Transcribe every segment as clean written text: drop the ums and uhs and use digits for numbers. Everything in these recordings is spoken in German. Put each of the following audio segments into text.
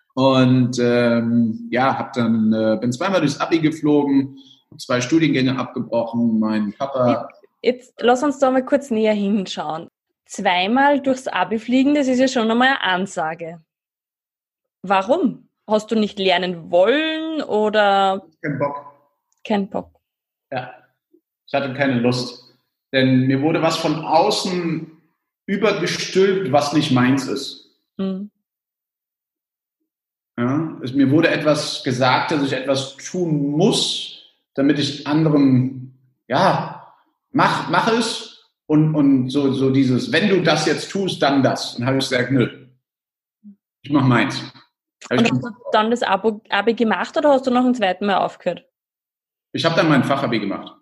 Und bin zweimal durchs Abi geflogen, habe 2 Studiengänge abgebrochen. Mein Papa. Jetzt lass uns da mal kurz näher hinschauen. Zweimal durchs Abi fliegen, das ist ja schon einmal eine Ansage. Warum? Hast du nicht lernen wollen oder? Kein Bock. Kein Bock. Ja, ich hatte keine Lust. Denn mir wurde was von außen übergestülpt, was nicht meins ist. Mhm. Ja, mir wurde etwas gesagt, dass ich etwas tun muss, damit ich anderen, mach es und so dieses, wenn du das jetzt tust, dann das. Und habe ich gesagt, nö, ich mach meins. Und hast du dann das Abi gemacht oder hast du noch ein zweites Mal aufgehört? Ich habe dann mein Fachabi gemacht.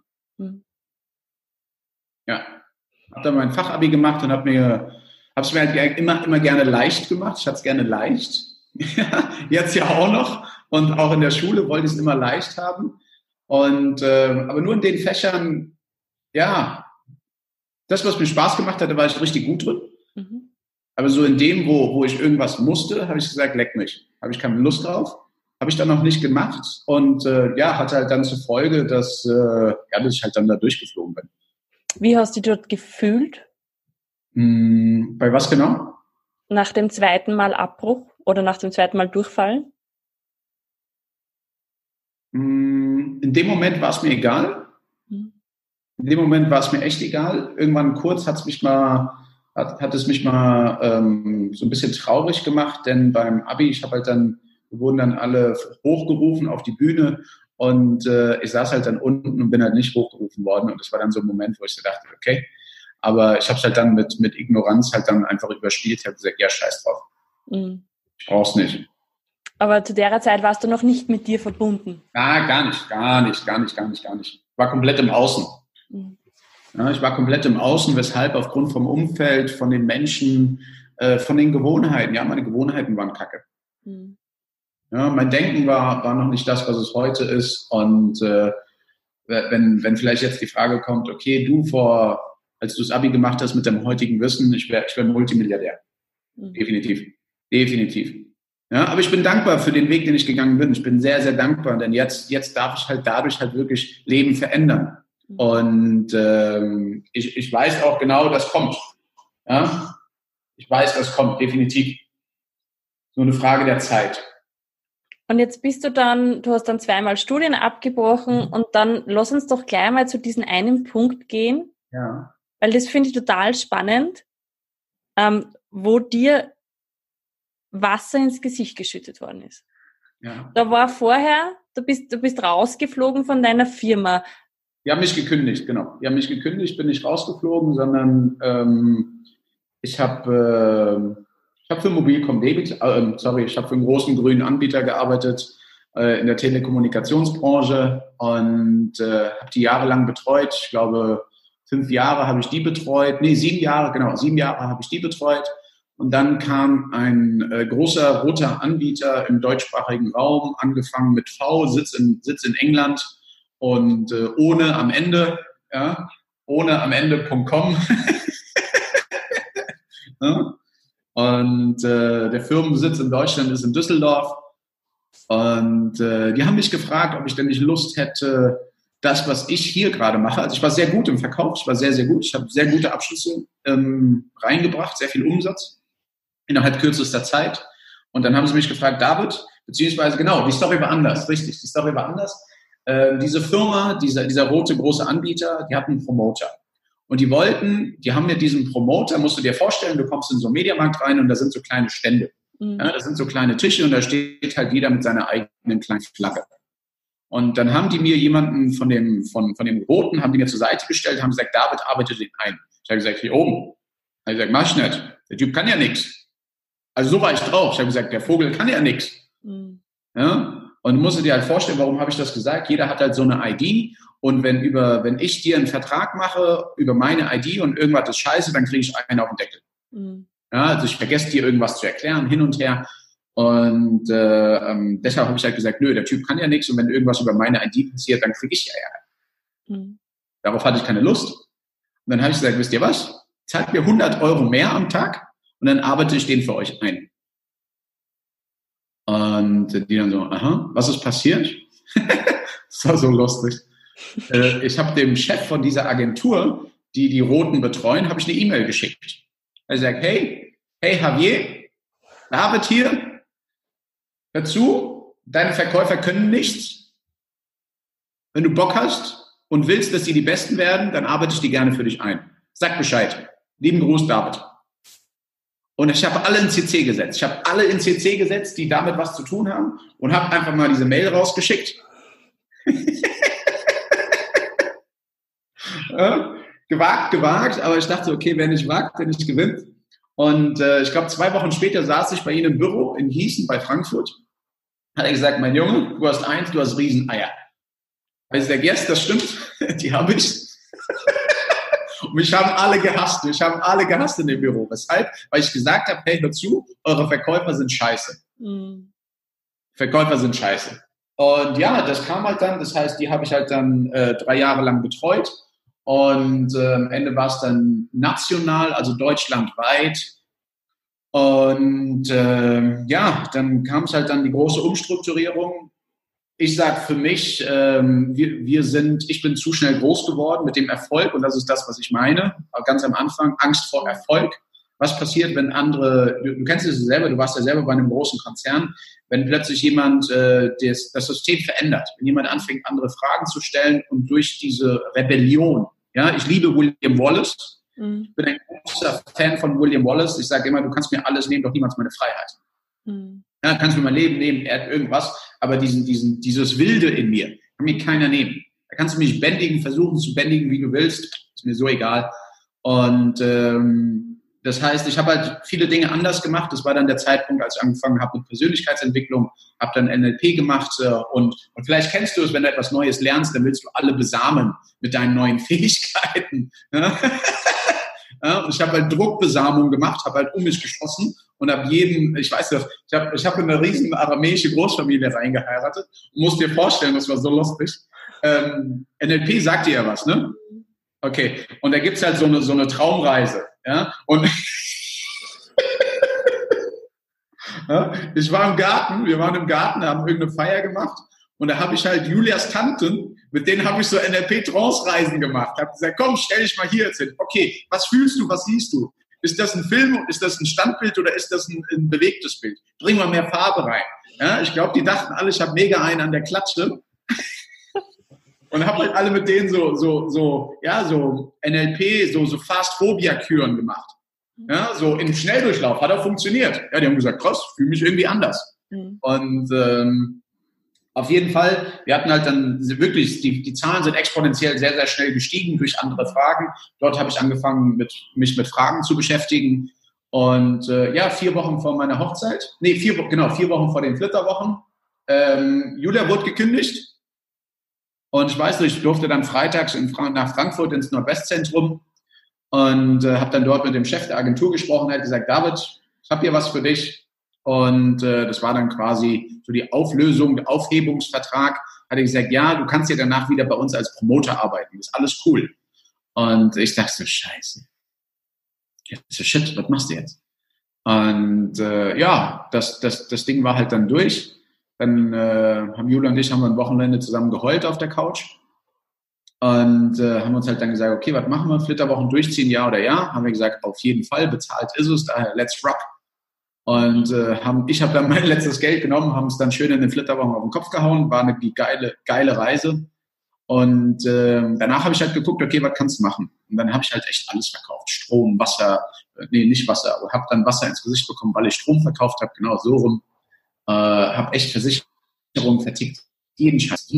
Ja, habe dann mein Fachabi gemacht und habe es mir halt immer gerne leicht gemacht. Ich hatte es gerne leicht. Jetzt ja auch noch. Und auch in der Schule wollte ich es immer leicht haben. Und aber nur in den Fächern, das, was mir Spaß gemacht hatte, war ich richtig gut drin. Mhm. Aber so in dem, wo ich irgendwas musste, habe ich gesagt, leck mich. Habe ich keine Lust drauf. Habe ich dann noch nicht gemacht. Und hatte halt dann zur Folge, dass ich halt dann da durchgeflogen bin. Wie hast du dich dort gefühlt? Bei was genau? Nach dem zweiten Mal Abbruch oder nach dem zweiten Mal Durchfallen? In dem Moment war es mir egal. In dem Moment war es mir echt egal. Irgendwann kurz hat es mich mal so ein bisschen traurig gemacht, denn beim Abi, wir wurden dann alle hochgerufen auf die Bühne und ich saß halt dann unten und bin halt nicht hochgerufen worden und das war dann so ein Moment, wo ich so dachte, okay, aber ich habe es halt dann mit Ignoranz halt dann einfach überspielt, habe gesagt, ja, scheiß drauf. Ich brauch's nicht. Aber zu der Zeit warst du noch nicht mit dir verbunden? Gar nicht. Ich war komplett im Außen. Ja, ich war komplett im Außen, weshalb aufgrund vom Umfeld, von den Menschen, von den Gewohnheiten, meine Gewohnheiten waren kacke. Ja, mein Denken war noch nicht das, was es heute ist. Und wenn vielleicht jetzt die Frage kommt, okay, als du das Abi gemacht hast mit deinem heutigen Wissen, ich wär Multimilliardär. Definitiv. Ja, aber ich bin dankbar für den Weg, den ich gegangen bin. Ich bin sehr, sehr dankbar, denn jetzt darf ich halt dadurch halt wirklich Leben verändern. Und ich weiß auch genau, das kommt. Ja? Ich weiß, das kommt, definitiv. Nur eine Frage der Zeit. Und jetzt du hast dann zweimal Studien abgebrochen und dann lass uns doch gleich mal zu diesem einen Punkt gehen. Ja. Weil das finde ich total spannend, wo dir Wasser ins Gesicht geschüttet worden ist. Ja. Da war vorher, du bist rausgeflogen von deiner Firma. Die haben mich gekündigt, genau. Bin nicht rausgeflogen, sondern ich habe für Mobilcom Debit, ich habe für einen großen grünen Anbieter gearbeitet in der Telekommunikationsbranche und habe die jahrelang betreut. Ich glaube, 5 Jahre habe ich die betreut. 7 Jahre, genau. 7 Jahre habe ich die betreut. Und dann kam ein großer roter Anbieter im deutschsprachigen Raum, angefangen mit V, Sitz in England und ohne am Ende .com. Ja? Und der Firmensitz in Deutschland ist in Düsseldorf. Und die haben mich gefragt, ob ich denn nicht Lust hätte, das, was ich hier gerade mache. Also ich war sehr gut im Verkauf, ich war sehr, sehr gut. Ich habe sehr gute Abschlüsse reingebracht, sehr viel Umsatz innerhalb kürzester Zeit. Und dann haben sie mich gefragt, David, beziehungsweise genau, die Story war anders, richtig, die Story war anders. Diese Firma, dieser rote große Anbieter, die hatten einen Promoter. Und die haben mir diesen Promoter, musst du dir vorstellen, du kommst in so einen Mediamarkt rein und da sind so kleine Stände. Ja, das sind so kleine Tische und da steht halt jeder mit seiner eigenen kleinen Flagge. Und dann haben die mir jemanden von dem Roten, haben die mir zur Seite gestellt, haben gesagt, David, arbeite den ein. Ich habe gesagt, hier oben. Ich habe gesagt, mach ich nicht. Der Typ kann ja nichts. Also so war ich drauf. Ich habe gesagt, der Vogel kann ja nichts. Ja? Und du musst dir halt vorstellen, warum habe ich das gesagt? Jeder hat halt so eine ID und wenn ich dir einen Vertrag mache über meine ID und irgendwas ist scheiße, dann kriege ich einen auf den Deckel. Ja, also ich vergesse dir irgendwas zu erklären, hin und her. Und deshalb habe ich halt gesagt, nö, der Typ kann ja nichts und wenn irgendwas über meine ID passiert, dann kriege ich ja Ärger. Darauf hatte ich keine Lust. Und dann habe ich gesagt, wisst ihr was? Zahlt mir 100 € mehr am Tag und dann arbeite ich den für euch ein. Und die dann so, aha, was ist passiert? Das war so lustig. Ich habe dem Chef von dieser Agentur, die die Roten betreuen, habe ich eine E-Mail geschickt. Er sagt, hey Javier, David hier, hör zu, deine Verkäufer können nichts. Wenn du Bock hast und willst, dass sie die Besten werden, dann arbeite ich die gerne für dich ein. Sag Bescheid. Lieben Gruß, David. Und ich habe alle in CC gesetzt. Ich habe alle in CC gesetzt, die damit was zu tun haben und habe einfach mal diese Mail rausgeschickt. Gewagt, aber ich dachte, okay, wer nicht wagt, der nicht gewinnt. Und ich glaube, 2 Wochen später saß ich bei Ihnen im Büro in Gießen bei Frankfurt. Hat er gesagt, mein Junge, du hast Rieseneier. Ich sage, yes, das stimmt, die habe ich. Und mich haben alle gehasst. In dem Büro. Weshalb? Weil ich gesagt habe, hey, hör zu, eure Verkäufer sind scheiße. Mhm. Verkäufer sind scheiße. Und ja, das kam halt dann, das heißt, die habe ich halt dann 3 Jahre lang betreut. Und am Ende war es dann national, also deutschlandweit. Und dann kam es halt dann die große Umstrukturierung. Ich sage für mich, ich bin zu schnell groß geworden mit dem Erfolg und das ist das, was ich meine. Ganz am Anfang, Angst vor Erfolg. Was passiert, wenn andere, du kennst es selber, du warst ja selber bei einem großen Konzern, wenn plötzlich jemand das System verändert, wenn jemand anfängt, andere Fragen zu stellen und durch diese Rebellion, ja, ich liebe William Wallace, ich bin ein großer Fan von William Wallace, ich sage immer, du kannst mir alles nehmen, doch niemals meine Freiheit. Ja, kannst mir mein Leben nehmen, irgendwas, aber dieses Wilde in mir kann mir keiner nehmen. Da kannst du mich versuchen zu bändigen, wie du willst, ist mir so egal. Und das heißt, ich habe halt viele Dinge anders gemacht. Das war dann der Zeitpunkt, als ich angefangen habe mit Persönlichkeitsentwicklung, habe dann NLP gemacht und vielleicht kennst du es, wenn du etwas Neues lernst, dann willst du alle besamen mit deinen neuen Fähigkeiten. Ja, und ich habe halt Druckbesamung gemacht, habe halt um mich geschossen und habe ich habe in eine riesen aramäische Großfamilie reingeheiratet und musst dir vorstellen, das war so lustig. NLP sagt dir ja was, ne? Okay, und da gibt's halt so eine Traumreise, ja, und ja, wir waren im Garten, haben irgendeine Feier gemacht und da habe ich halt Julias Tanten, mit denen habe ich so NLP-Trance-Reisen gemacht. Habe gesagt, komm, stell dich mal hier jetzt hin. Okay, was fühlst du, was siehst du? Ist das ein Film, ist das ein Standbild oder ist das ein bewegtes Bild? Bring mal mehr Farbe rein. Ja, ich glaube, die dachten alle, ich habe mega einen an der Klatsche. Und habe halt alle mit denen so NLP, so Fast-Phobia-Küren gemacht. Ja, so im Schnelldurchlauf. Hat auch funktioniert. Ja, die haben gesagt, krass, fühle mich irgendwie anders. Und auf jeden Fall, wir hatten halt dann wirklich, die Zahlen sind exponentiell sehr, sehr schnell gestiegen durch andere Fragen. Dort habe ich angefangen, mich mit Fragen zu beschäftigen. Und 4 Wochen vor meiner Hochzeit, 4 Wochen vor den Flitterwochen, Julia wurde gekündigt. Und ich weiß nicht, ich durfte dann freitags nach Frankfurt ins Nordwestzentrum und habe dann dort mit dem Chef der Agentur gesprochen. Er hat gesagt, David, ich habe hier was für dich. Und das war dann quasi so die Auflösung, der Aufhebungsvertrag. Hat er gesagt, ja, du kannst ja danach wieder bei uns als Promoter arbeiten. Das ist alles cool. Und ich dachte so, scheiße. So, shit, was machst du jetzt? Und das Ding war halt dann durch. Dann haben Julia und ich ein Wochenende zusammen geheult auf der Couch und haben uns halt dann gesagt, okay, was machen wir? Flitterwochen durchziehen, ja oder ja? Haben wir gesagt, auf jeden Fall, bezahlt ist es, daher let's rock. Und ich habe dann mein letztes Geld genommen, haben es dann schön in den Flitterwochen auf den Kopf gehauen, war eine geile Reise. Und danach habe ich halt geguckt, okay, was kannst du machen? Und dann habe ich halt echt alles verkauft. Strom, Wasser, nicht Wasser, aber habe dann Wasser ins Gesicht bekommen, weil ich Strom verkauft habe, genau so rum. Habe echt Versicherungen vertickt, jeden Scheiß,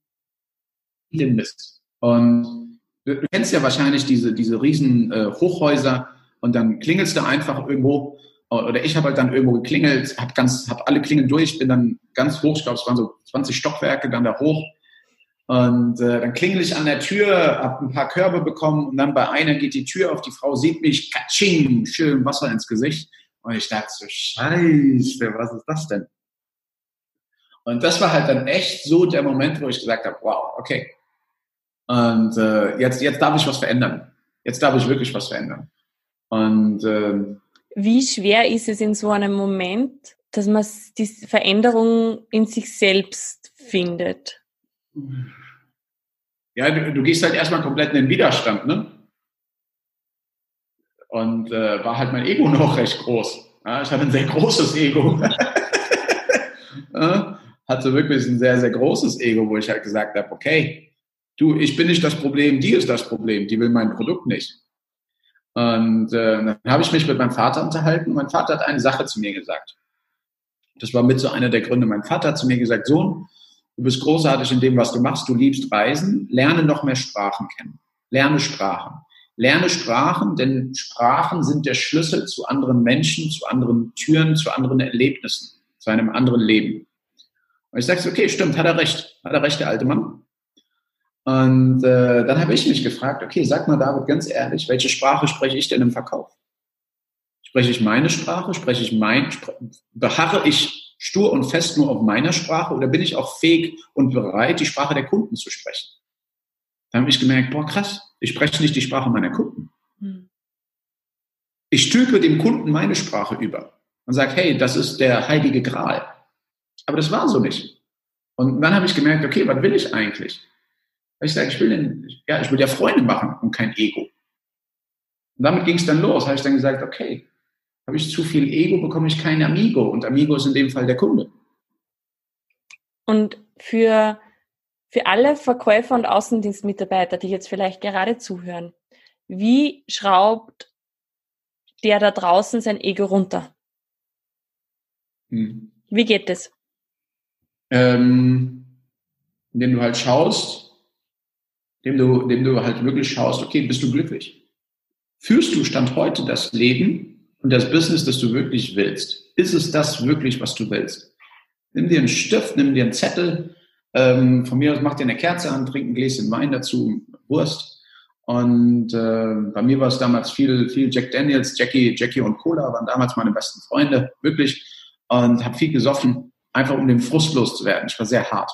jeden Mist. Und du kennst ja wahrscheinlich diese riesen Hochhäuser und dann klingelst du einfach irgendwo, oder ich habe halt dann irgendwo geklingelt, hab alle Klingeln durch, bin dann ganz hoch, ich glaube, es waren so 20 Stockwerke, dann da hoch. Und dann klingel ich an der Tür, habe ein paar Körbe bekommen und dann bei einer geht die Tür auf, die Frau sieht mich, katsching, schön Wasser ins Gesicht. Und ich dachte so, scheiße, was ist das denn? Und das war halt dann echt so der Moment, wo ich gesagt habe, wow, okay. Und jetzt darf ich was verändern. Jetzt darf ich wirklich was verändern. Und wie schwer ist es in so einem Moment dass man die Veränderung in sich selbst findet? Ja, du gehst halt erstmal komplett in den Widerstand, ne? Und war halt mein Ego noch recht groß. Ja, ich hatte ein sehr großes Ego. Hatte wirklich ein sehr, sehr großes Ego, wo ich halt gesagt habe, okay, du, ich bin nicht das Problem, die ist das Problem, die will mein Produkt nicht. Und dann habe ich mich mit meinem Vater unterhalten und mein Vater hat eine Sache zu mir gesagt. Das war mit so einer der Gründe. Mein Vater hat zu mir gesagt, Sohn, du bist großartig in dem, was du machst, du liebst Reisen, lerne noch mehr Sprachen kennen. Lerne Sprachen. Lerne Sprachen, denn Sprachen sind der Schlüssel zu anderen Menschen, zu anderen Türen, zu anderen Erlebnissen, zu einem anderen Leben. Und ich sage so, okay, stimmt, hat er recht, der alte Mann. Und dann habe ich mich gefragt, okay, sag mal David, ganz ehrlich, welche Sprache spreche ich denn im Verkauf? Spreche ich meine Sprache? Beharre ich stur und fest nur auf meiner Sprache oder bin ich auch fähig und bereit, die Sprache der Kunden zu sprechen? Dann habe ich gemerkt, boah, krass, ich spreche nicht die Sprache meiner Kunden. Ich stülpe dem Kunden meine Sprache über und sage, hey, das ist der heilige Gral. Aber das war so nicht. Und dann habe ich gemerkt, okay, was will ich eigentlich? Ich sage, ich will ja Freunde machen und kein Ego. Und damit ging es dann los. Habe ich dann gesagt, okay, habe ich zu viel Ego, bekomme ich kein Amigo. Und Amigo ist in dem Fall der Kunde. Und für alle Verkäufer und Außendienstmitarbeiter, die jetzt vielleicht gerade zuhören, wie schraubt der da draußen sein Ego runter? Wie geht das? Indem du halt schaust, indem du halt wirklich schaust, okay, bist du glücklich? Führst du Stand heute das Leben und das Business, das du wirklich willst? Ist es das wirklich, was du willst? Nimm dir einen Stift, nimm dir einen Zettel, von mir aus mach dir eine Kerze an, trink ein Gläschen Wein dazu, Wurst. Und bei mir war es damals viel Jack Daniels, Jackie und Cola waren damals meine besten Freunde, wirklich. Und habe viel gesoffen, einfach um den Frust loszuwerden. Ich war sehr hart.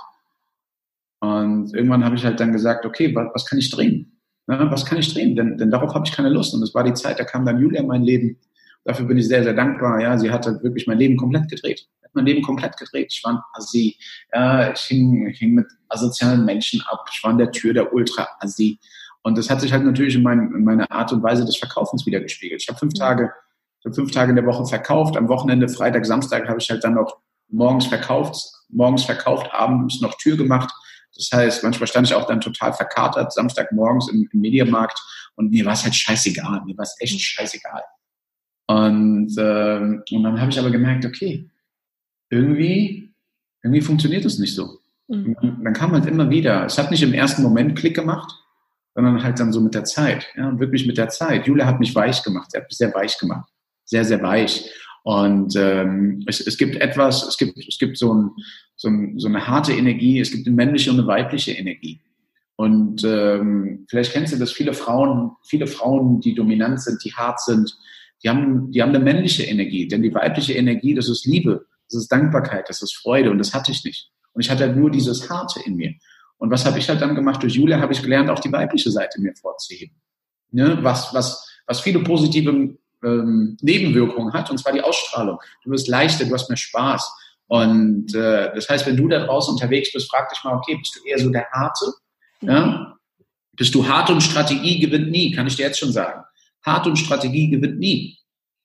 Und irgendwann habe ich halt dann gesagt, okay, was kann ich drehen? Ja, was kann ich drehen? Denn darauf habe ich keine Lust. Und es war die Zeit, da kam dann Julia in mein Leben. Dafür bin ich sehr, sehr dankbar. Ja, sie hat halt wirklich mein Leben komplett gedreht. Ich war ein Assi. Ja, ich hing mit asozialen Menschen ab. Ich war an der Tür der Ultra-Assi. Und das hat sich halt natürlich in meiner Art und Weise des Verkaufens wiedergespiegelt. Ich habe 5 Tage in der Woche verkauft. Am Wochenende, Freitag, Samstag habe ich halt dann noch morgens verkauft, abends noch Tür gemacht. Das heißt, manchmal stand ich auch dann total verkatert, Samstagmorgens im Mediamarkt und mir war es halt scheißegal. Mir war es echt scheißegal. Und dann habe ich aber gemerkt, okay, irgendwie funktioniert das nicht so. Und dann kam halt immer wieder, es hat nicht im ersten Moment Klick gemacht, sondern halt dann so mit der Zeit, ja, wirklich mit der Zeit. Julia hat mich weich gemacht, sie hat mich sehr weich gemacht, sehr, sehr weich. Und es gibt so eine harte Energie, es gibt eine männliche und eine weibliche Energie. Und vielleicht kennst du das, viele Frauen, die dominant sind, die hart sind, die haben eine männliche Energie. Denn die weibliche Energie, das ist Liebe, das ist Dankbarkeit, das ist Freude. Und das hatte ich nicht. Und ich hatte halt nur dieses Harte in mir. Und was habe ich halt dann gemacht? Durch Julia habe ich gelernt, auch die weibliche Seite mir vorzuheben. Ne? Was viele positive Nebenwirkungen hat, und zwar die Ausstrahlung. Du wirst leichter, du hast mehr Spaß. Und das heißt, wenn du da draußen unterwegs bist, frag dich mal, okay, bist du eher so der Harte? Ja? Bist du hart und Strategie gewinnt nie, kann ich dir jetzt schon sagen. Hart und Strategie gewinnt nie.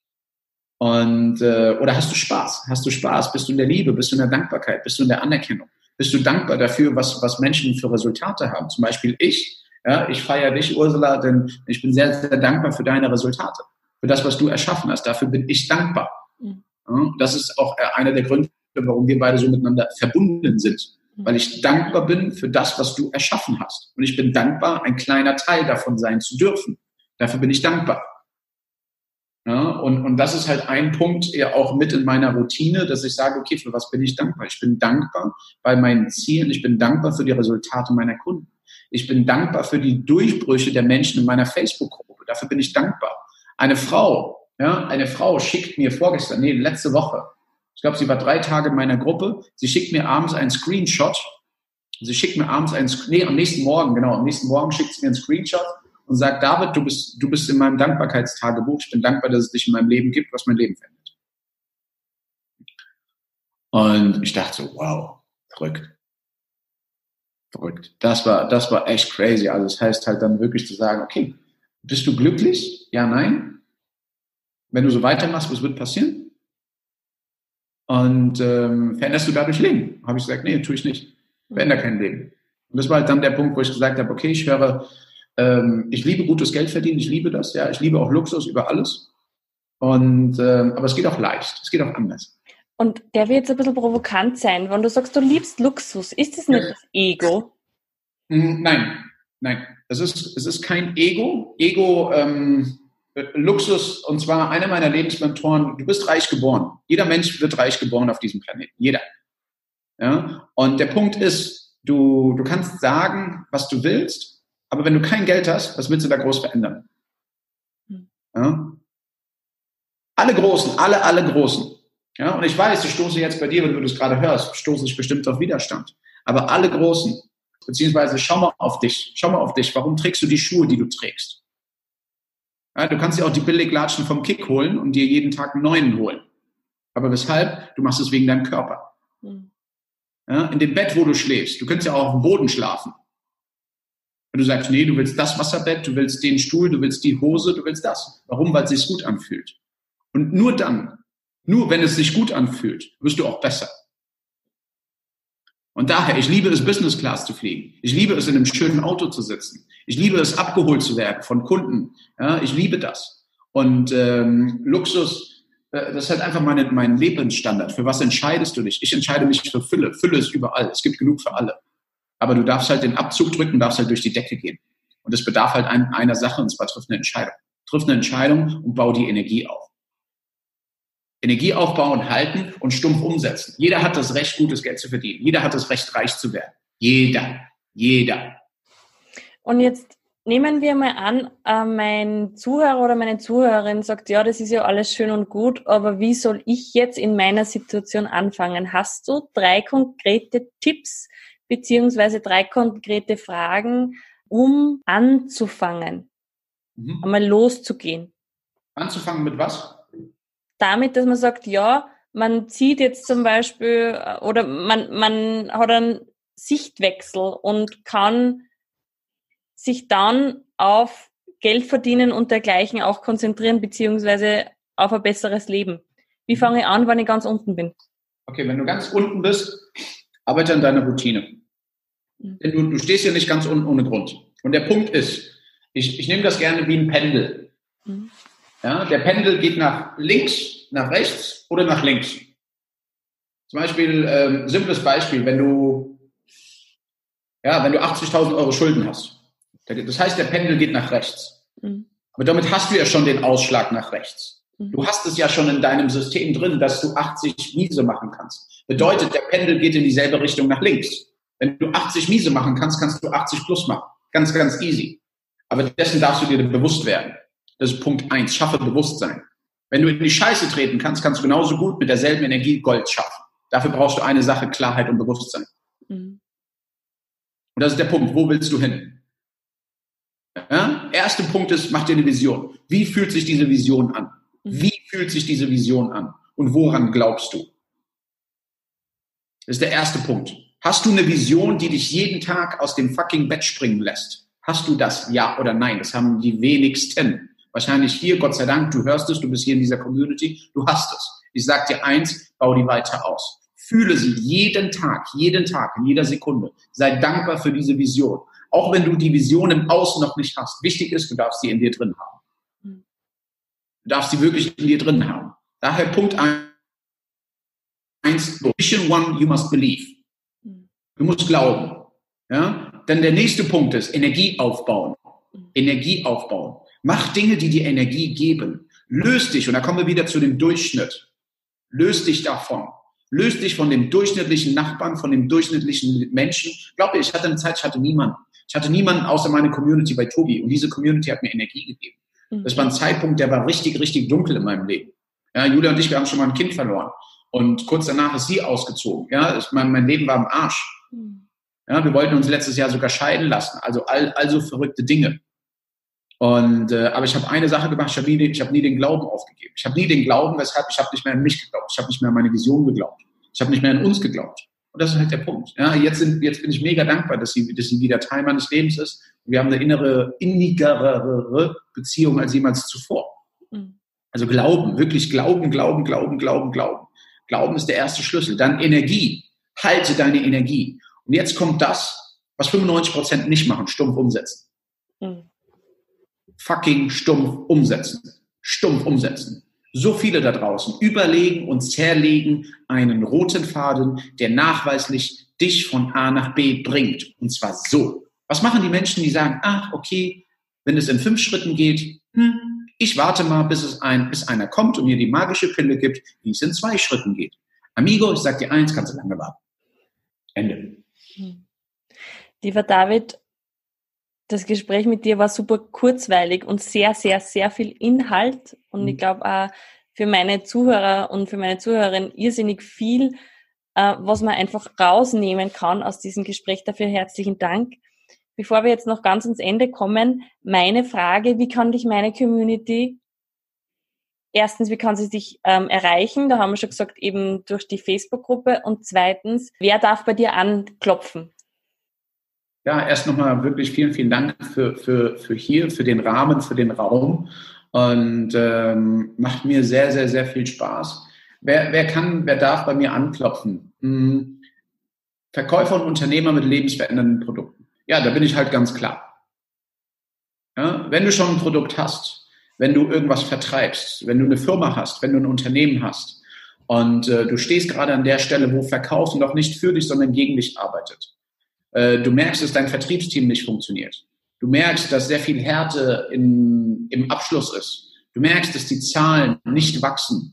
Und oder hast du Spaß? Bist du in der Liebe? Bist du in der Dankbarkeit? Bist du in der Anerkennung? Bist du dankbar dafür, was Menschen für Resultate haben? Zum Beispiel ich. Ja, ich feiere dich, Ursula, denn ich bin sehr, sehr dankbar für deine Resultate. Für das, was du erschaffen hast. Dafür bin ich dankbar. Ja, das ist auch einer der Gründe, warum wir beide so miteinander verbunden sind. Weil ich dankbar bin für das, was du erschaffen hast. Und ich bin dankbar, ein kleiner Teil davon sein zu dürfen. Dafür bin ich dankbar. Ja, und das ist halt ein Punkt ja auch mit in meiner Routine, dass ich sage, okay, für was bin ich dankbar? Ich bin dankbar bei meinen Zielen. Ich bin dankbar für die Resultate meiner Kunden. Ich bin dankbar für die Durchbrüche der Menschen in meiner Facebook-Gruppe. Dafür bin ich dankbar. Eine Frau schickt mir letzte Woche, ich glaube, sie war 3 Tage in meiner Gruppe, sie schickt mir abends einen Screenshot, am nächsten Morgen schickt sie mir einen Screenshot und sagt, David, du bist in meinem Dankbarkeitstagebuch, ich bin dankbar, dass es dich in meinem Leben gibt, was mein Leben verändert. Und ich dachte so, wow, verrückt. Verrückt. Das war echt crazy. Also das heißt halt dann wirklich zu sagen, okay, bist du glücklich? Ja, nein. Wenn du so weitermachst, was wird passieren? Und veränderst du dadurch Leben? Habe ich gesagt, nee, tue ich nicht. Veränder kein Leben. Und das war halt dann der Punkt, wo ich gesagt habe, okay, ich höre, ich liebe gutes Geld verdienen, ich liebe das, ja, ich liebe auch Luxus über alles. Und aber es geht auch leicht, es geht auch anders. Und der wird jetzt ein bisschen provokant sein, wenn du sagst, du liebst Luxus. Ist das nicht das Ego? Nein. Es ist kein Ego. Luxus, und zwar einer meiner Lebensmentoren, du bist reich geboren. Jeder Mensch wird reich geboren auf diesem Planeten. Jeder. Ja? Und der Punkt ist, du kannst sagen, was du willst, aber wenn du kein Geld hast, was willst du da groß verändern? Ja? Alle Großen, alle Großen. Ja? Und ich weiß, ich stoße jetzt bei dir, wenn du das gerade hörst, stoße ich bestimmt auf Widerstand. Aber alle Großen, beziehungsweise schau mal auf dich. Warum trägst du die Schuhe, die du trägst? Ja, du kannst dir auch die Billiglatschen vom Kick holen und dir jeden Tag einen neuen holen. Aber weshalb? Du machst es wegen deinem Körper. Ja, in dem Bett, wo du schläfst. Du könntest ja auch auf dem Boden schlafen. Wenn du sagst, nee, du willst das Wasserbett, du willst den Stuhl, du willst die Hose, du willst das. Warum? Weil es sich gut anfühlt. Und nur wenn es sich gut anfühlt, wirst du auch besser. Und daher, ich liebe es, Business Class zu fliegen. Ich liebe es, in einem schönen Auto zu sitzen. Ich liebe es, abgeholt zu werden von Kunden. Ja, ich liebe das. Und Luxus, das ist halt einfach mein Lebensstandard. Für was entscheidest du dich? Ich entscheide mich für Fülle. Fülle ist überall. Es gibt genug für alle. Aber du darfst halt den Abzug drücken, darfst halt durch die Decke gehen. Und es bedarf halt einer Sache, und zwar triff eine Entscheidung. Triff eine Entscheidung und bau die Energie auf. Energie aufbauen, halten und stumpf umsetzen. Jeder hat das Recht, gutes Geld zu verdienen. Jeder hat das Recht, reich zu werden. Jeder. Und jetzt nehmen wir mal an, mein Zuhörer oder meine Zuhörerin sagt, ja, das ist ja alles schön und gut, aber wie soll ich jetzt in meiner Situation anfangen? Hast du 3 konkrete Tipps beziehungsweise 3 konkrete Fragen, um anzufangen, einmal loszugehen? Anzufangen mit was? Damit, dass man sagt, ja, man zieht jetzt zum Beispiel oder man hat einen Sichtwechsel und kann sich dann auf Geld verdienen und dergleichen auch konzentrieren, beziehungsweise auf ein besseres Leben. Wie fange ich an, wenn ich ganz unten bin? Okay, wenn du ganz unten bist, arbeite an deiner Routine. Denn du stehst ja nicht ganz unten ohne Grund. Und der Punkt ist, ich nehme das gerne wie ein Pendel. Ja, der Pendel geht nach links, nach rechts oder nach links. Zum Beispiel, simples Beispiel, wenn du 80.000 Euro Schulden hast. Das heißt, der Pendel geht nach rechts. Aber damit hast du ja schon den Ausschlag nach rechts. Du hast es ja schon in deinem System drin, dass du 80 miese machen kannst. Bedeutet, der Pendel geht in dieselbe Richtung nach links. Wenn du 80 miese machen kannst, kannst du 80 plus machen. Ganz, ganz easy. Aber dessen darfst du dir bewusst werden. Das ist Punkt 1. Schaffe Bewusstsein. Wenn du in die Scheiße treten kannst, kannst du genauso gut mit derselben Energie Gold schaffen. Dafür brauchst du eine Sache, Klarheit und Bewusstsein. Und das ist der Punkt. Wo willst du hin? Ja? Erster Punkt ist, mach dir eine Vision. Wie fühlt sich diese Vision an? Wie fühlt sich diese Vision an? Und woran glaubst du? Das ist der erste Punkt. Hast du eine Vision, die dich jeden Tag aus dem fucking Bett springen lässt? Hast du das? Ja oder nein? Das haben die wenigsten. Wahrscheinlich hier, Gott sei Dank, du hörst es, du bist hier in dieser Community, du hast es. Ich sag dir eins, bau die weiter aus. Fühle sie jeden Tag, in jeder Sekunde. Sei dankbar für diese Vision. Auch wenn du die Vision im Außen noch nicht hast. Wichtig ist, du darfst sie in dir drin haben. Du darfst sie wirklich in dir drin haben. Daher Punkt 1, Vision 1, you must believe. Du musst glauben. Ja? Dann der nächste Punkt ist Energie aufbauen. Energie aufbauen. Mach Dinge, die dir Energie geben. Löst dich, und da kommen wir wieder zu dem Durchschnitt. Löst dich davon. Löst dich von dem durchschnittlichen Nachbarn, von dem durchschnittlichen Menschen. Glaub mir, ich hatte eine Zeit, ich hatte niemanden außer meine Community bei Tobi. Und diese Community hat mir Energie gegeben. Das war ein Zeitpunkt, der war richtig, richtig dunkel in meinem Leben. Ja, Julia und ich, wir haben schon mal ein Kind verloren. Und kurz danach ist sie ausgezogen. Ja, mein Leben war im Arsch. Ja, wir wollten uns letztes Jahr sogar scheiden lassen. Also verrückte Dinge. Und aber ich habe eine Sache gemacht, ich habe nie den Glauben aufgegeben. Ich habe nie den Glauben, weshalb ich habe nicht mehr an mich geglaubt. Ich habe nicht mehr an meine Vision geglaubt. Ich habe nicht mehr an uns geglaubt. Und das ist halt der Punkt. Ja, jetzt bin ich mega dankbar, dass sie wieder Teil meines Lebens ist. Und wir haben eine innigere Beziehung als jemals zuvor. Mhm. Also Glauben, wirklich Glauben. Glauben ist der erste Schlüssel. Dann Energie. Halte deine Energie. Und jetzt kommt das, was 95% nicht machen, stumpf umsetzen. Mhm. Fucking stumpf umsetzen. Stumpf umsetzen. So viele da draußen überlegen und zerlegen einen roten Faden, der nachweislich dich von A nach B bringt. Und zwar so. Was machen die Menschen, die sagen, ach, okay, wenn es in 5 Schritten geht, ich warte mal, bis einer kommt und mir die magische Pille gibt, wie es in 2 Schritten geht. Amigo, ich sag dir eins, kannst du lange warten. Ende. Lieber David, das Gespräch mit dir war super kurzweilig und sehr, sehr, sehr viel Inhalt. Und ich glaube auch für meine Zuhörer und für meine Zuhörerinnen irrsinnig viel, was man einfach rausnehmen kann aus diesem Gespräch. Dafür herzlichen Dank. Bevor wir jetzt noch ganz ans Ende kommen, meine Frage, wie kann dich meine Community, erstens, wie kann sie dich erreichen? Da haben wir schon gesagt, eben durch die Facebook-Gruppe. Und zweitens, wer darf bei dir anklopfen? Ja, erst nochmal wirklich vielen, vielen Dank für den Rahmen, für den Raum und macht mir sehr, sehr, sehr viel Spaß. Wer darf bei mir anklopfen? Verkäufer und Unternehmer mit lebensverändernden Produkten. Ja, da bin ich halt ganz klar. Ja, wenn du schon ein Produkt hast, wenn du irgendwas vertreibst, wenn du eine Firma hast, wenn du ein Unternehmen hast und du stehst gerade an der Stelle, wo Verkauf noch nicht für dich, sondern gegen dich arbeitet. Du merkst, dass dein Vertriebsteam nicht funktioniert. Du merkst, dass sehr viel Härte im Abschluss ist. Du merkst, dass die Zahlen nicht wachsen.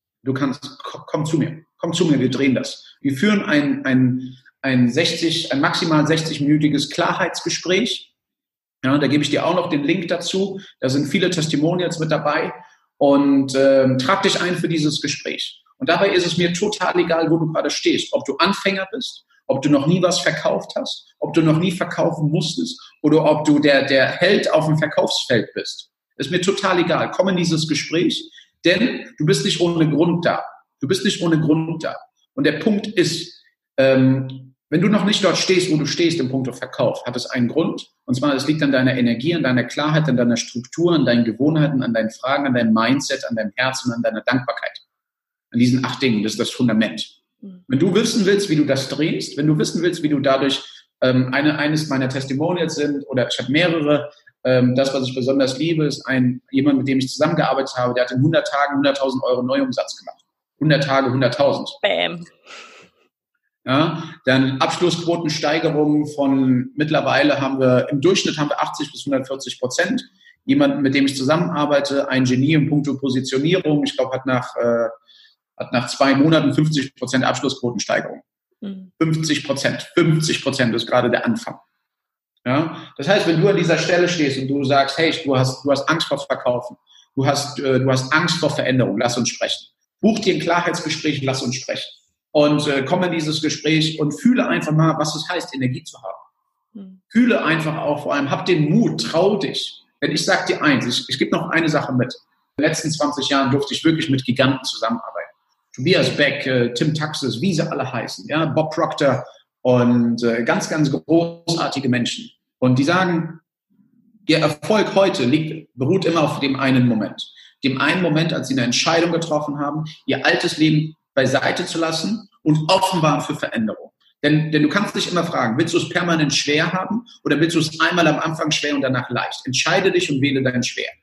Komm zu mir, wir drehen das. Wir führen ein maximal 60-minütiges Klarheitsgespräch. Ja, da gebe ich dir auch noch den Link dazu. Da sind viele Testimonials mit dabei. Und trag dich ein für dieses Gespräch. Und dabei ist es mir total egal, wo du gerade stehst. Ob du Anfänger bist, ob du noch nie was verkauft hast, ob du noch nie verkaufen musstest oder ob du der Held auf dem Verkaufsfeld bist. Ist mir total egal. Komm in dieses Gespräch, denn du bist nicht ohne Grund da. Und der Punkt ist, wenn du noch nicht dort stehst, wo du stehst im Punkt Verkauf, hat es einen Grund. Und zwar, es liegt an deiner Energie, an deiner Klarheit, an deiner Struktur, an deinen Gewohnheiten, an deinen Fragen, an deinem Mindset, an deinem Herz und an deiner Dankbarkeit. An diesen 8 Dingen, das ist das Fundament. Wenn du wissen willst, wie du das drehst, wenn du wissen willst, wie du dadurch eines meiner Testimonials sind, oder ich habe mehrere, das, was ich besonders liebe, ist jemand, mit dem ich zusammengearbeitet habe, der hat in 100 Tagen 100.000 Euro Neuumsatz gemacht. 100 Tage, 100.000. Bam. Ja, dann Abschlussquotensteigerungen von mittlerweile haben wir 80 bis 140%. Jemand, mit dem ich zusammenarbeite, ein Genie in puncto Positionierung, ich glaube, hat nach 2 Monaten 50% Abschlussquotensteigerung. 50% ist gerade der Anfang. Ja? Das heißt, wenn du an dieser Stelle stehst und du sagst, hey, du hast Angst vor Verkaufen, du hast Angst vor Veränderung, lass uns sprechen. Buch dir ein Klarheitsgespräch, lass uns sprechen. Und komm in dieses Gespräch und fühle einfach mal, was es heißt, Energie zu haben. Fühle einfach auch, vor allem, hab den Mut, trau dich. Denn ich sag dir eins, ich gebe noch eine Sache mit. In den letzten 20 Jahren durfte ich wirklich mit Giganten zusammenarbeiten. Tobias Beck, Tim Taxis, wie sie alle heißen, ja, Bob Proctor und ganz, ganz großartige Menschen. Und die sagen, ihr Erfolg heute beruht immer auf dem einen Moment. Dem einen Moment, als sie eine Entscheidung getroffen haben, ihr altes Leben beiseite zu lassen und offen waren für Veränderung. Denn du kannst dich immer fragen, willst du es permanent schwer haben oder willst du es einmal am Anfang schwer und danach leicht? Entscheide dich und wähle dein Schwer.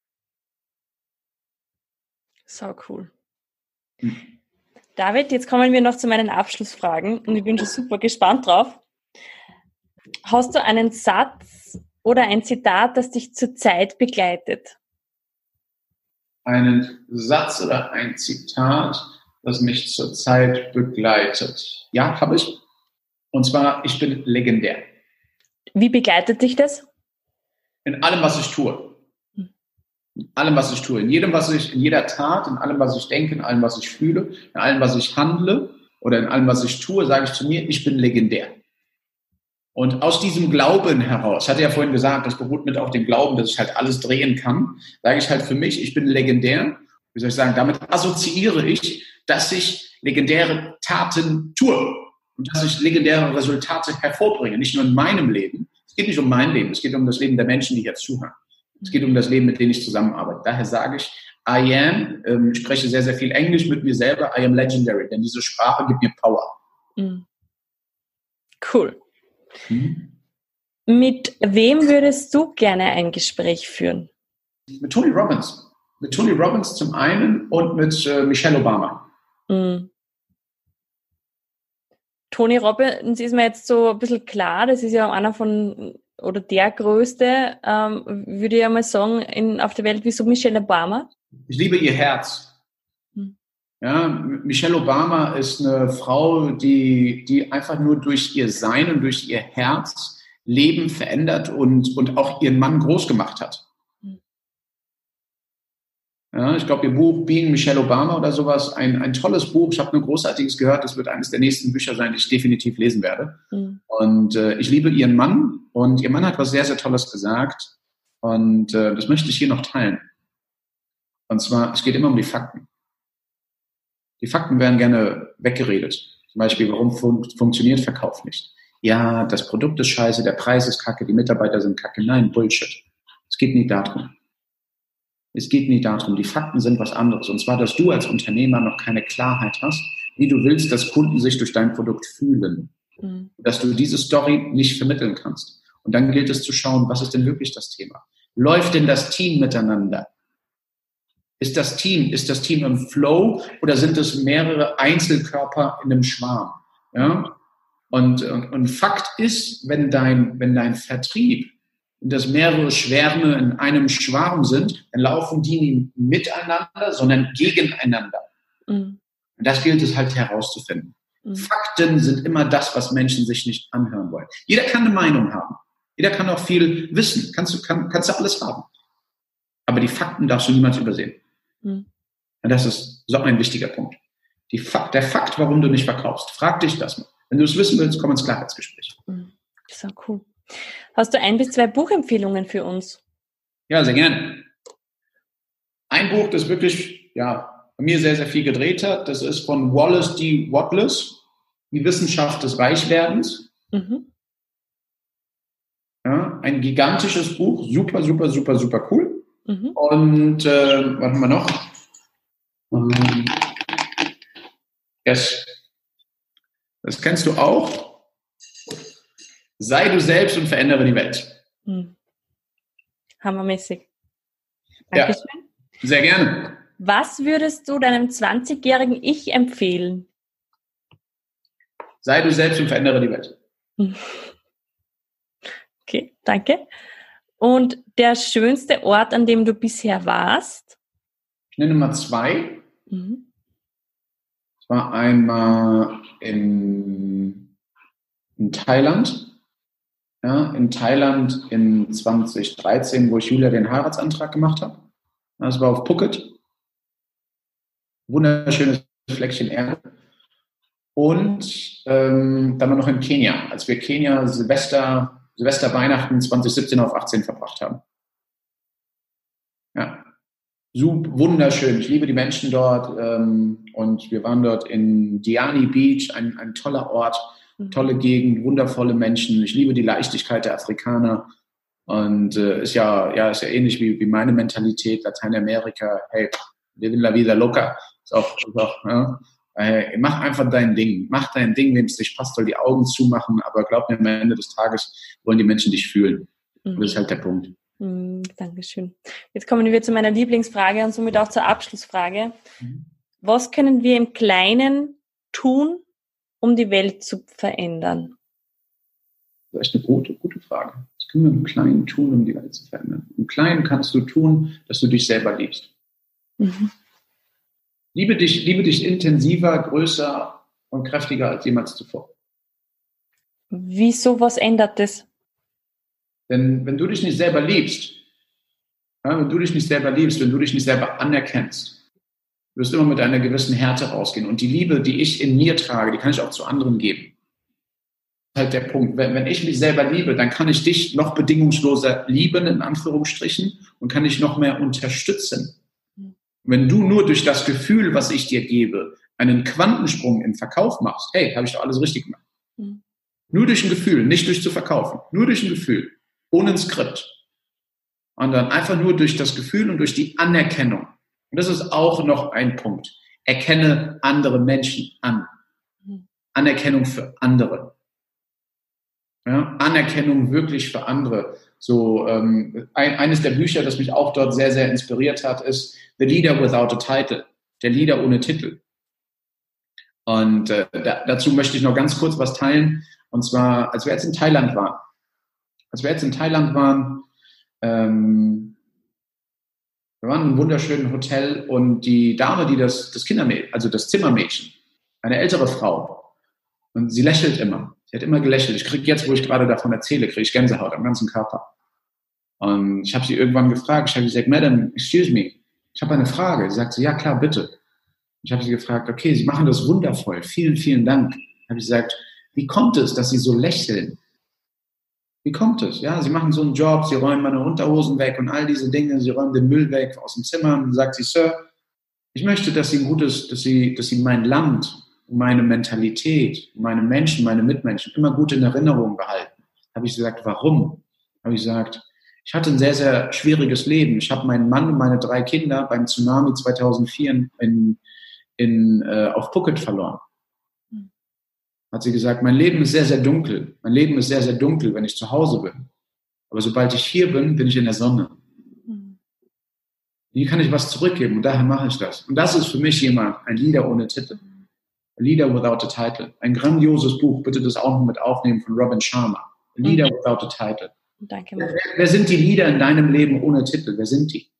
So cool. David, jetzt kommen wir noch zu meinen Abschlussfragen und ich bin schon super gespannt drauf. Hast du einen Satz oder ein Zitat, das dich zurzeit begleitet? Einen Satz oder ein Zitat, das mich zurzeit begleitet? Ja, habe ich. Und zwar, ich bin legendär. Wie begleitet dich das? In allem, was ich tue. In allem, was ich tue. In jeder Tat, in allem, was ich denke, in allem, was ich fühle, in allem, was ich handle oder in allem, was ich tue, sage ich zu mir, ich bin legendär. Und aus diesem Glauben heraus, ich hatte ja vorhin gesagt, das beruht mit auf dem Glauben, dass ich halt alles drehen kann, sage ich halt für mich, ich bin legendär wie soll ich sagen, damit assoziiere ich, dass ich legendäre Taten tue und dass ich legendäre Resultate hervorbringe, nicht nur in meinem Leben. Es geht nicht um mein Leben, es geht um das Leben der Menschen, die hier zuhören. Es geht um das Leben, mit denen ich zusammenarbeite. Daher sage ich, ich spreche sehr, sehr viel Englisch mit mir selber, I am legendary, denn diese Sprache gibt mir Power. Cool. Mit wem würdest du gerne ein Gespräch führen? Mit Tony Robbins. Mit Tony Robbins zum einen und mit Michelle Obama. Tony Robbins ist mir jetzt so ein bisschen klar, das ist ja einer von, oder der größte, würde ich ja mal sagen, auf der Welt. Wieso Michelle Obama? Ich liebe ihr Herz. Ja, Michelle Obama ist eine Frau, die einfach nur durch ihr Sein und durch ihr Herz Leben verändert und auch ihren Mann groß gemacht hat. Ja, ich glaube, ihr Buch Being Michelle Obama oder sowas, ein tolles Buch. Ich habe nur Großartiges gehört. Das wird eines der nächsten Bücher sein, die ich definitiv lesen werde. Und ich liebe ihren Mann. Und ihr Mann hat was sehr, sehr Tolles gesagt. Und das möchte ich hier noch teilen. Und zwar, es geht immer um die Fakten. Die Fakten werden gerne weggeredet. Zum Beispiel, warum funktioniert Verkauf nicht? Ja, das Produkt ist scheiße, der Preis ist kacke, die Mitarbeiter sind kacke. Nein, Bullshit. Es geht nie darum. Es geht nie darum. Die Fakten sind was anderes. Und zwar, dass du als Unternehmer noch keine Klarheit hast, wie du willst, dass Kunden sich durch dein Produkt fühlen. Dass du diese Story nicht vermitteln kannst. Und dann gilt es zu schauen, was ist denn wirklich das Thema? Läuft denn das Team miteinander? Ist das Team im Flow oder sind es mehrere Einzelkörper in einem Schwarm? Ja? Und Fakt ist, wenn dein Vertrieb und dass mehrere Schwärme in einem Schwarm sind, dann laufen die nicht miteinander, sondern gegeneinander. Und das gilt es halt herauszufinden. Fakten sind immer das, was Menschen sich nicht anhören wollen. Jeder kann eine Meinung haben. Jeder kann auch viel wissen. Kannst du alles haben. Aber die Fakten darfst du niemals übersehen. Und das ist so ein wichtiger Punkt. Der Fakt, warum du nicht verkaufst. Frag dich das mal. Wenn du es wissen willst, komm ins Klarheitsgespräch. So cool. Hast du 1 bis 2 Buchempfehlungen für uns? Ja, sehr gerne. Ein Buch, das wirklich, bei mir sehr, sehr viel gedreht hat, das ist von Wallace D. Wattles, Die Wissenschaft des Reichwerdens. Ja, ein gigantisches Buch, super, super, super, super cool. Und, was haben wir noch? Das kennst du auch. Sei du selbst und verändere die Welt. Hammermäßig. Dankeschön. Ja, sehr gerne. Was würdest du deinem 20-jährigen Ich empfehlen? Sei du selbst und verändere die Welt. Okay, danke. Und der schönste Ort, an dem du bisher warst? Ich nenne mal 2. Ich war einmal in Thailand. Ja, in Thailand in 2013, wo ich Julia den Heiratsantrag gemacht habe. Das war auf Phuket. Wunderschönes Fleckchen Erde. Und dann noch in Kenia, als wir Kenia Silvester, Weihnachten 2017 auf 18 verbracht haben. Ja, wunderschön. Ich liebe die Menschen dort. Und wir waren dort in Diani Beach, ein toller Ort. Tolle Gegend, wundervolle Menschen. Ich liebe die Leichtigkeit der Afrikaner. Und ist ja ähnlich wie meine Mentalität, Lateinamerika. Hey, living la vida loca. Ist auch ja. Hey, mach einfach dein Ding. Mach dein Ding, wem es dich passt, soll die Augen zumachen. Aber glaub mir, am Ende des Tages wollen die Menschen dich fühlen. Und das ist halt der Punkt. Dankeschön. Jetzt kommen wir zu meiner Lieblingsfrage und somit auch zur Abschlussfrage. Was können wir im Kleinen tun, um die Welt zu verändern? Das ist echt eine gute Frage. Was können wir im Kleinen tun, um die Welt zu verändern? Im Kleinen kannst du tun, dass du dich selber liebst. Liebe dich intensiver, größer und kräftiger als jemals zuvor. Wieso, was ändert das? Denn wenn du dich nicht selber liebst, wenn du dich nicht selber anerkennst, wirst du immer mit einer gewissen Härte rausgehen. Und die Liebe, die ich in mir trage, die kann ich auch zu anderen geben. Das ist halt der Punkt. Wenn ich mich selber liebe, dann kann ich dich noch bedingungsloser lieben, in Anführungsstrichen, und kann dich noch mehr unterstützen. Wenn du nur durch das Gefühl, was ich dir gebe, einen Quantensprung im Verkauf machst, hey, habe ich doch alles richtig gemacht. Mhm. Nur durch ein Gefühl, nicht durch zu verkaufen. Nur durch ein Gefühl, ohne ein Skript. Und dann einfach nur durch das Gefühl und durch die Anerkennung. Und das ist auch noch ein Punkt. Erkenne andere Menschen an. Anerkennung für andere. Ja, Anerkennung wirklich für andere. So eines der Bücher, das mich auch dort sehr, sehr inspiriert hat, ist The Leader Without a Title. Der Leader ohne Titel. Und dazu möchte ich noch ganz kurz was teilen. Und zwar, als wir jetzt in Thailand waren. Wir waren in einem wunderschönen Hotel und die Dame, die das Kindermädchen, also das Zimmermädchen, eine ältere Frau, und sie lächelt immer. Sie hat immer gelächelt. Ich kriege jetzt, wo ich gerade davon erzähle, kriege ich Gänsehaut am ganzen Körper. Und ich habe sie irgendwann gefragt, ich habe gesagt, Madam, excuse me, ich habe eine Frage. Sie sagt so, ja klar, bitte. Ich habe sie gefragt, okay, Sie machen das wundervoll, vielen, vielen Dank. Habe ich gesagt, wie kommt es, dass Sie so lächeln? Wie kommt es? Ja, Sie machen so einen Job, Sie räumen meine Unterhosen weg und all diese Dinge, Sie räumen den Müll weg aus dem Zimmer. Und dann sagt sie, Sir, ich möchte, dass Sie mein Land, meine Mentalität, meine Menschen, meine Mitmenschen immer gut in Erinnerung behalten. Habe ich gesagt, warum? Habe ich gesagt, ich hatte ein sehr, sehr schwieriges Leben. Ich habe meinen Mann und meine 3 Kinder beim Tsunami 2004 auf Phuket verloren. Hat sie gesagt, mein Leben ist sehr, sehr dunkel. Mein Leben ist sehr, sehr dunkel, wenn ich zu Hause bin. Aber sobald ich hier bin, bin ich in der Sonne. Hier kann ich was zurückgeben und daher mache ich das. Und das ist für mich jemand, ein Leader ohne Titel. A Leader Without a Title. Ein grandioses Buch, bitte das auch noch mit aufnehmen, von Robin Sharma. A Leader Without a Title. Danke. Wer sind die Leader in deinem Leben ohne Titel? Wer sind die?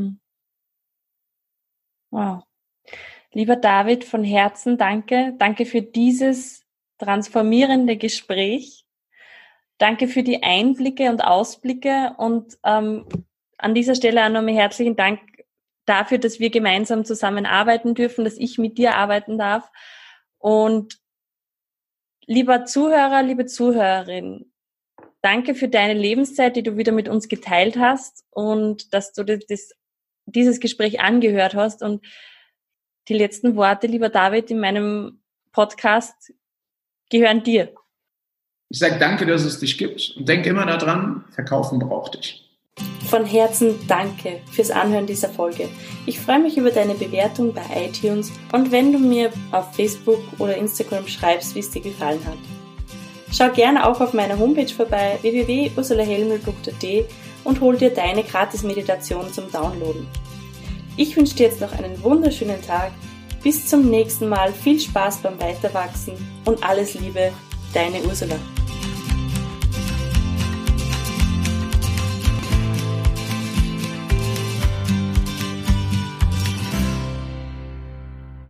Wow. Lieber David, von Herzen danke. Danke für dieses transformierende Gespräch. Danke für die Einblicke und Ausblicke und an dieser Stelle auch nochmal herzlichen Dank dafür, dass wir gemeinsam zusammenarbeiten dürfen, dass ich mit dir arbeiten darf. Und lieber Zuhörer, liebe Zuhörerin, danke für deine Lebenszeit, die du wieder mit uns geteilt hast und dass du dieses Gespräch angehört hast. Und die letzten Worte, lieber David, in meinem Podcast gehören dir. Ich sage danke, dass es dich gibt und denk immer daran, Verkaufen braucht dich. Von Herzen danke fürs Anhören dieser Folge. Ich freue mich über deine Bewertung bei iTunes und wenn du mir auf Facebook oder Instagram schreibst, wie es dir gefallen hat. Schau gerne auch auf meiner Homepage vorbei, www.ursulahelml.at und hol dir deine Gratis-Meditation zum Downloaden. Ich wünsche dir jetzt noch einen wunderschönen Tag. Bis zum nächsten Mal. Viel Spaß beim Weiterwachsen und alles Liebe, deine Ursula.